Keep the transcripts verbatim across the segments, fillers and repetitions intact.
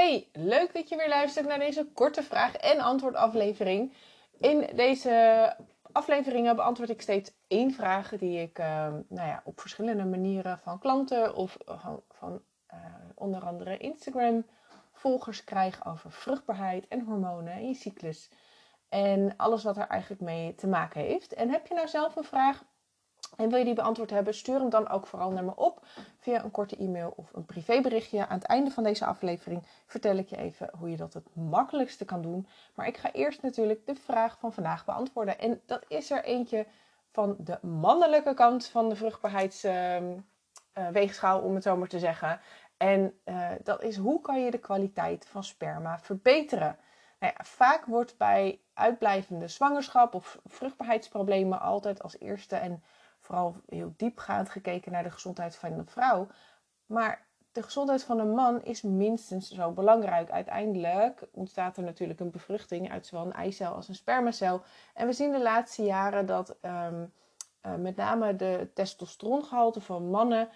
Hey, leuk dat je weer luistert naar deze korte vraag- en antwoord aflevering. In deze afleveringen beantwoord ik steeds één vraag die ik uh, nou ja, op verschillende manieren van klanten of van, van uh, onder andere Instagram volgers krijg over vruchtbaarheid en hormonen en je cyclus. En alles wat er eigenlijk mee te maken heeft. En heb je nou zelf een vraag en wil je die beantwoord hebben, stuur hem dan ook vooral naar me op via een korte e-mail of een privéberichtje. Aan het einde van deze aflevering vertel ik je even hoe je dat het makkelijkste kan doen. Maar ik ga eerst natuurlijk de vraag van vandaag beantwoorden. En dat is er eentje van de mannelijke kant van de vruchtbaarheidsweegschaal, uh, uh, om het zo maar te zeggen. En uh, dat is: hoe kan je de kwaliteit van sperma verbeteren? Nou ja, vaak wordt bij uitblijvende zwangerschap of vruchtbaarheidsproblemen altijd als eerste en vooral heel diepgaand gekeken naar de gezondheid van de vrouw. Maar de gezondheid van een man is minstens zo belangrijk. Uiteindelijk ontstaat er natuurlijk een bevruchting uit zowel een eicel als een spermacel. En we zien de laatste jaren dat um, uh, met name de testosterongehalte van mannen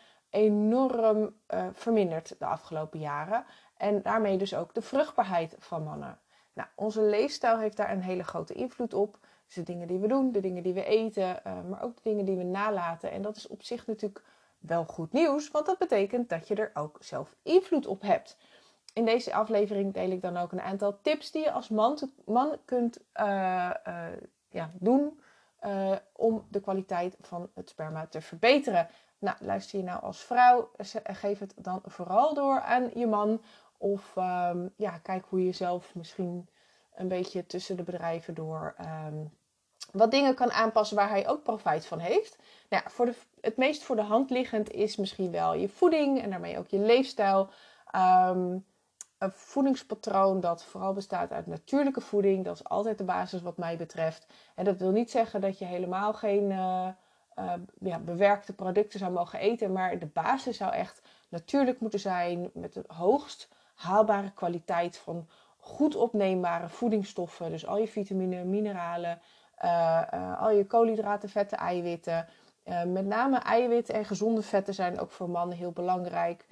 enorm uh, vermindert de afgelopen jaren. En daarmee dus ook de vruchtbaarheid van mannen. Nou, onze leefstijl heeft daar een hele grote invloed op. Dus de dingen die we doen, de dingen die we eten, uh, maar ook de dingen die we nalaten. En dat is op zich natuurlijk wel goed nieuws, want dat betekent dat je er ook zelf invloed op hebt. In deze aflevering deel ik dan ook een aantal tips die je als man, te, man kunt uh, uh, ja, doen uh, om de kwaliteit van het sperma te verbeteren. Nou, luister je nou als vrouw, geef het dan vooral door aan je man. Of um, ja, kijk hoe je zelf misschien een beetje tussen de bedrijven door um, wat dingen kan aanpassen waar hij ook profijt van heeft. Nou ja, voor de, het meest voor de hand liggend is misschien wel je voeding en daarmee ook je leefstijl. Um, een voedingspatroon dat vooral bestaat uit natuurlijke voeding. Dat is altijd de basis wat mij betreft. En dat wil niet zeggen dat je helemaal geen uh, uh, ja, bewerkte producten zou mogen eten. Maar de basis zou echt natuurlijk moeten zijn met de hoogst haalbare kwaliteit van goed opneembare voedingsstoffen. Dus al je vitamine, mineralen, uh, uh, al je koolhydraten, vetten, eiwitten. Uh, met name eiwitten en gezonde vetten zijn ook voor mannen heel belangrijk.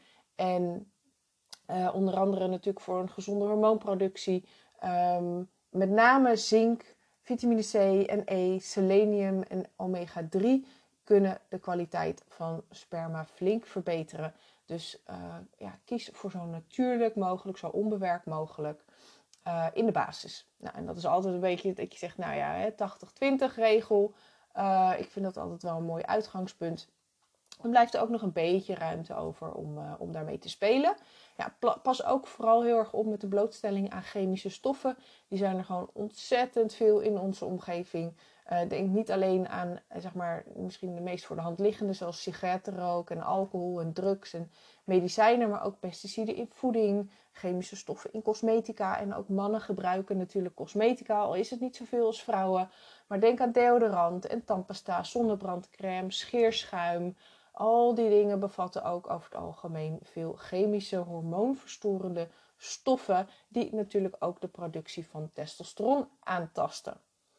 En uh, onder andere natuurlijk voor een gezonde hormoonproductie. Um, met name zink, vitamine C en E, selenium en omega drie kunnen de kwaliteit van sperma flink verbeteren. Dus uh, ja, kies voor zo natuurlijk mogelijk, zo onbewerkt mogelijk uh, in de basis. Nou, en dat is altijd een beetje dat je zegt, nou ja, tachtig twintig regel. Uh, ik vind dat altijd wel een mooi uitgangspunt. Dan blijft er ook nog een beetje ruimte over om, uh, om daarmee te spelen. Ja, pla- pas ook vooral heel erg op met de blootstelling aan chemische stoffen. Die zijn er gewoon ontzettend veel in onze omgeving. Uh, denk niet alleen aan, zeg maar, misschien de meest voor de hand liggende, zoals sigarettenrook en alcohol en drugs en medicijnen, maar ook pesticiden in voeding, chemische stoffen in cosmetica. En ook mannen gebruiken natuurlijk cosmetica, al is het niet zoveel als vrouwen. Maar denk aan deodorant en tandpasta, zonnebrandcrème, scheerschuim. Al die dingen bevatten ook over het algemeen veel chemische, hormoonverstorende stoffen die natuurlijk ook de productie van testosteron aantasten.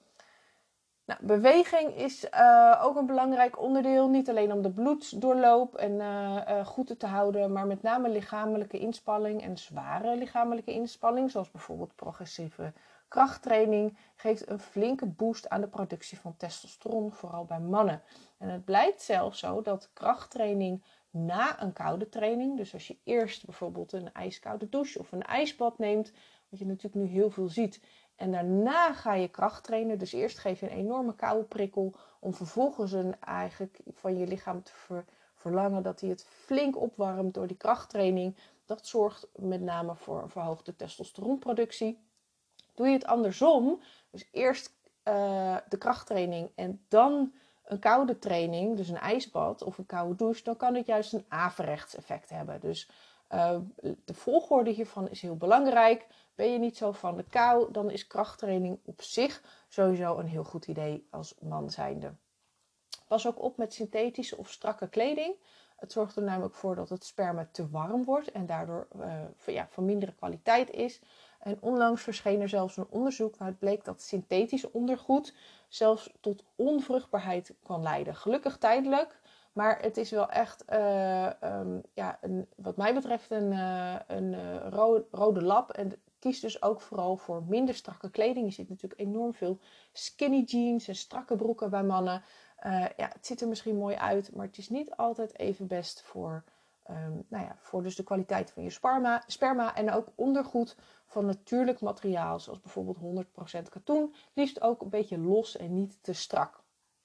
Nou, beweging is uh, ook een belangrijk onderdeel. Niet alleen om de bloedsdoorloop en, uh, uh, goed te houden, maar met name lichamelijke inspanning en zware lichamelijke inspanning, zoals bijvoorbeeld progressieve krachttraining, geeft een flinke boost aan de productie van testosteron, vooral bij mannen. En het blijkt zelfs zo dat krachttraining na een koude training, dus als je eerst bijvoorbeeld een ijskoude douche of een ijsbad neemt, wat je natuurlijk nu heel veel ziet, en daarna ga je kracht trainen. Dus eerst geef je een enorme koude prikkel om vervolgens een, eigenlijk van je lichaam te ver, verlangen dat hij het flink opwarmt door die krachttraining. Dat zorgt met name voor een verhoogde testosteronproductie. Doe je het andersom, dus eerst uh, de krachttraining en dan een koude training, dus een ijsbad of een koude douche, dan kan het juist een averechts effect hebben. Dus uh, de volgorde hiervan is heel belangrijk. Ben je niet zo van de kou, dan is krachttraining op zich sowieso een heel goed idee als man zijnde. Pas ook op met synthetische of strakke kleding. Het zorgt er namelijk voor dat het sperma te warm wordt en daardoor uh, ja, van mindere kwaliteit is. En onlangs verscheen er zelfs een onderzoek waaruit bleek dat synthetisch ondergoed zelfs tot onvruchtbaarheid kan leiden. Gelukkig tijdelijk, Maar het is wel echt, uh, um, ja, een, wat mij betreft, een, uh, een uh, rode, rode lap. En kies dus ook vooral voor minder strakke kleding. Je ziet natuurlijk enorm veel skinny jeans en strakke broeken bij mannen. Uh, ja, het ziet er misschien mooi uit, maar het is niet altijd even best voor, um, nou ja, voor dus de kwaliteit van je sperma, sperma. En ook ondergoed van natuurlijk materiaal, zoals bijvoorbeeld honderd procent katoen. Liefst ook een beetje los en niet te strak.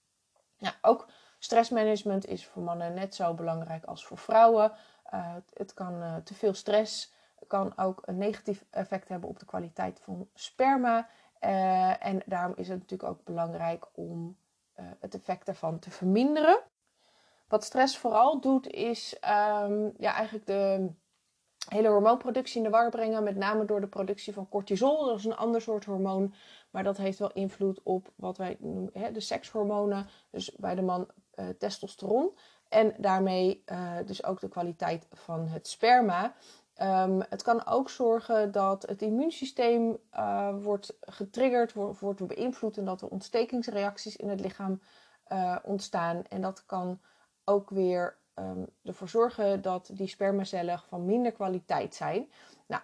Ja, ook stressmanagement is voor mannen net zo belangrijk als voor vrouwen. Uh, het kan uh, te veel stress kan ook een negatief effect hebben op de kwaliteit van sperma. Uh, en daarom is het natuurlijk ook belangrijk om uh, het effect daarvan te verminderen. Wat stress vooral doet is um, ja, eigenlijk de hele hormoonproductie in de war brengen. Met name door de productie van cortisol. Dat is een ander soort hormoon. Maar dat heeft wel invloed op wat wij noemen hè, de sekshormonen. Dus bij de man uh, testosteron. En daarmee uh, dus ook de kwaliteit van het sperma. Um, het kan ook zorgen dat het immuunsysteem uh, wordt getriggerd, wordt, wordt beïnvloed. En dat er ontstekingsreacties in het lichaam uh, ontstaan. En dat kan ook weer Um, ervoor zorgen dat die spermacellen van minder kwaliteit zijn. Nou,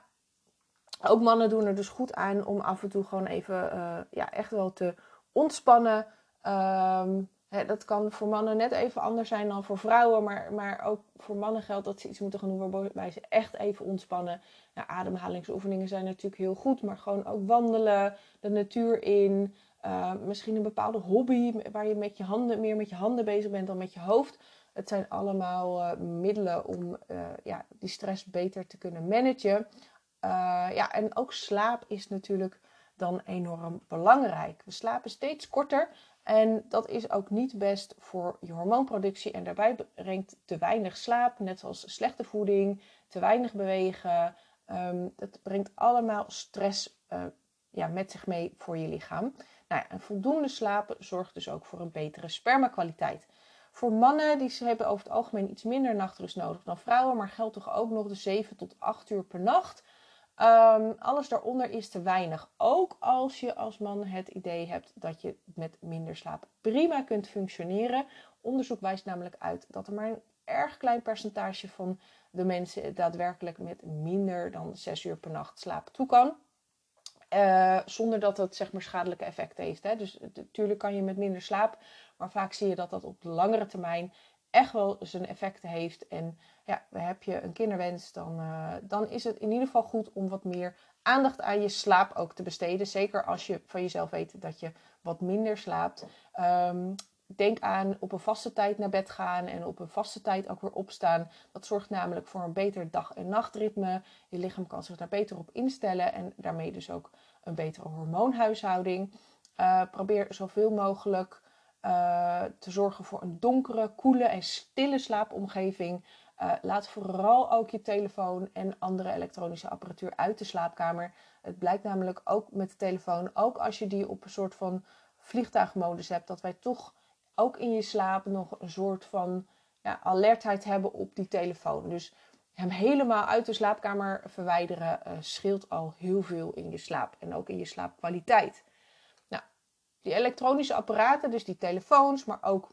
ook mannen doen er dus goed aan om af en toe gewoon even uh, ja, echt wel te ontspannen. Um, hè, dat kan voor mannen net even anders zijn dan voor vrouwen. Maar, maar ook voor mannen geldt dat ze iets moeten gaan doen waarbij ze echt even ontspannen. Nou, ademhalingsoefeningen zijn natuurlijk heel goed. Maar gewoon ook wandelen, de natuur in. Uh, misschien een bepaalde hobby waar je met je handen, meer met je handen bezig bent dan met je hoofd. Het zijn allemaal uh, middelen om uh, ja, die stress beter te kunnen managen. Uh, ja, en ook slaap is natuurlijk dan enorm belangrijk. We slapen steeds korter en dat is ook niet best voor je hormoonproductie. En daarbij brengt te weinig slaap, net zoals slechte voeding, te weinig bewegen. Um, dat brengt allemaal stress uh, ja, met zich mee voor je lichaam. Nou ja, en voldoende slapen zorgt dus ook voor een betere spermakwaliteit. Voor mannen die hebben over het algemeen iets minder nachtrust nodig dan vrouwen, maar geldt toch ook nog de zeven tot acht uur per nacht. Um, alles daaronder is te weinig. Ook als je als man het idee hebt dat je met minder slaap prima kunt functioneren. Onderzoek wijst namelijk uit dat er maar een erg klein percentage van de mensen daadwerkelijk met minder dan zes uur per nacht slaap toe kan. Uh, zonder dat het zeg maar schadelijke effecten heeft. Hè. Dus natuurlijk kan je met minder slaap, maar vaak zie je dat dat op de langere termijn echt wel zijn effecten heeft. En ja, heb je een kinderwens, dan, uh, dan is het in ieder geval goed om wat meer aandacht aan je slaap ook te besteden. Zeker als je van jezelf weet dat je wat minder slaapt. Um, Denk aan op een vaste tijd naar bed gaan en op een vaste tijd ook weer opstaan. Dat zorgt namelijk voor een beter dag- en nachtritme. Je lichaam kan zich daar beter op instellen en daarmee dus ook een betere hormoonhuishouding. Uh, probeer zoveel mogelijk uh, te zorgen voor een donkere, koele en stille slaapomgeving. Uh, laat vooral ook je telefoon en andere elektronische apparatuur uit de slaapkamer. Het blijkt namelijk ook met de telefoon, ook als je die op een soort van vliegtuigmodus hebt, dat wij toch ook in je slaap nog een soort van ja, alertheid hebben op die telefoon. Dus hem helemaal uit de slaapkamer verwijderen uh, scheelt al heel veel in je slaap. En ook in je slaapkwaliteit. Nou, die elektronische apparaten, dus die telefoons, maar ook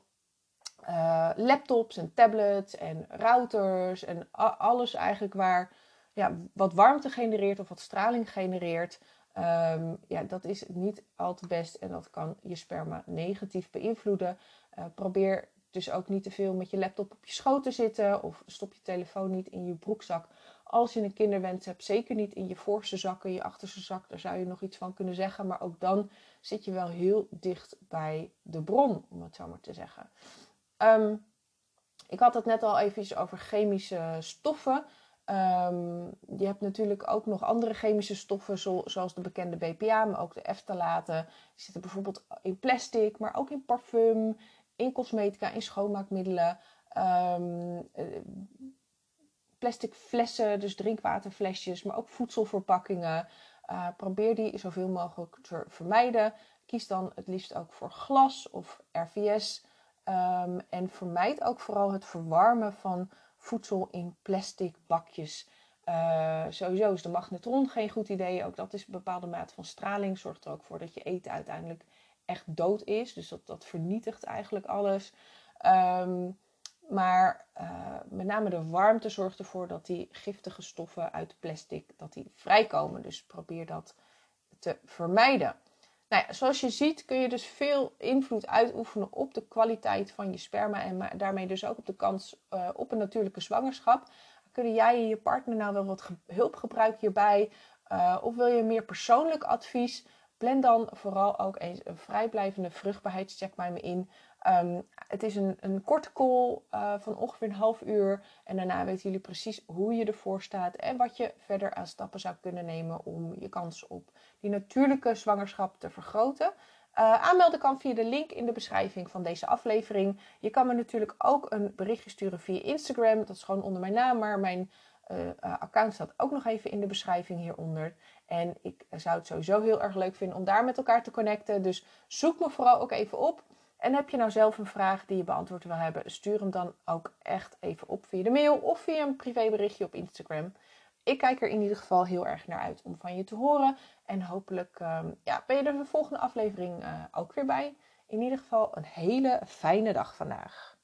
uh, laptops en tablets en routers en a- alles eigenlijk waar ja, wat warmte genereert of wat straling genereert. Um, ja, dat is niet al te best en dat kan je sperma negatief beïnvloeden. Uh, probeer dus ook niet te veel met je laptop op je schoot te zitten of stop je telefoon niet in je broekzak. Als je een kinderwens hebt, zeker niet in je voorste zak en je achterste zak. Daar zou je nog iets van kunnen zeggen, maar ook dan zit je wel heel dicht bij de bron, om het zo maar te zeggen. Um, ik had het net al even over chemische stoffen. Um, je hebt natuurlijk ook nog andere chemische stoffen, zo, zoals de bekende B P A, maar ook de ftalaten. Die zitten bijvoorbeeld in plastic, maar ook in parfum, in cosmetica, in schoonmaakmiddelen. Um, plastic flessen, dus drinkwaterflesjes, maar ook voedselverpakkingen. Uh, probeer die zoveel mogelijk te vermijden. Kies dan het liefst ook voor glas of R V S. Um, en vermijd ook vooral het verwarmen van voedsel in plastic bakjes. Uh, sowieso is de magnetron geen goed idee. Ook dat is een bepaalde mate van straling. Zorgt er ook voor dat je eten uiteindelijk echt dood is. Dus dat, dat vernietigt eigenlijk alles. Um, Maar uh, met name de warmte zorgt ervoor dat die giftige stoffen uit plastic dat die vrijkomen. Dus probeer dat te vermijden. Nou ja, zoals je ziet kun je dus veel invloed uitoefenen op de kwaliteit van je sperma. En daarmee dus ook op de kans uh, op een natuurlijke zwangerschap. Kunnen jij en je partner nou wel wat hulp gebruiken hierbij? Uh, of wil je meer persoonlijk advies? Plan dan vooral ook eens een vrijblijvende vruchtbaarheidscheck bij me in. Um, het is een, een korte call uh, van ongeveer een half uur. En daarna weten jullie precies hoe je ervoor staat. En wat je verder aan stappen zou kunnen nemen om je kans op die natuurlijke zwangerschap te vergroten. Uh, aanmelden kan via de link in de beschrijving van deze aflevering. Je kan me natuurlijk ook een berichtje sturen via Instagram. Dat is gewoon onder mijn naam, maar mijn uh, uh, account staat ook nog even in de beschrijving hieronder. En ik zou het sowieso heel erg leuk vinden om daar met elkaar te connecten. Dus zoek me vooral ook even op. En heb je nou zelf een vraag die je beantwoord wil hebben, stuur hem dan ook echt even op via de mail of via een privéberichtje op Instagram. Ik kijk er in ieder geval heel erg naar uit om van je te horen. En hopelijk um, ja, ben je er de volgende aflevering uh, ook weer bij. In ieder geval een hele fijne dag vandaag.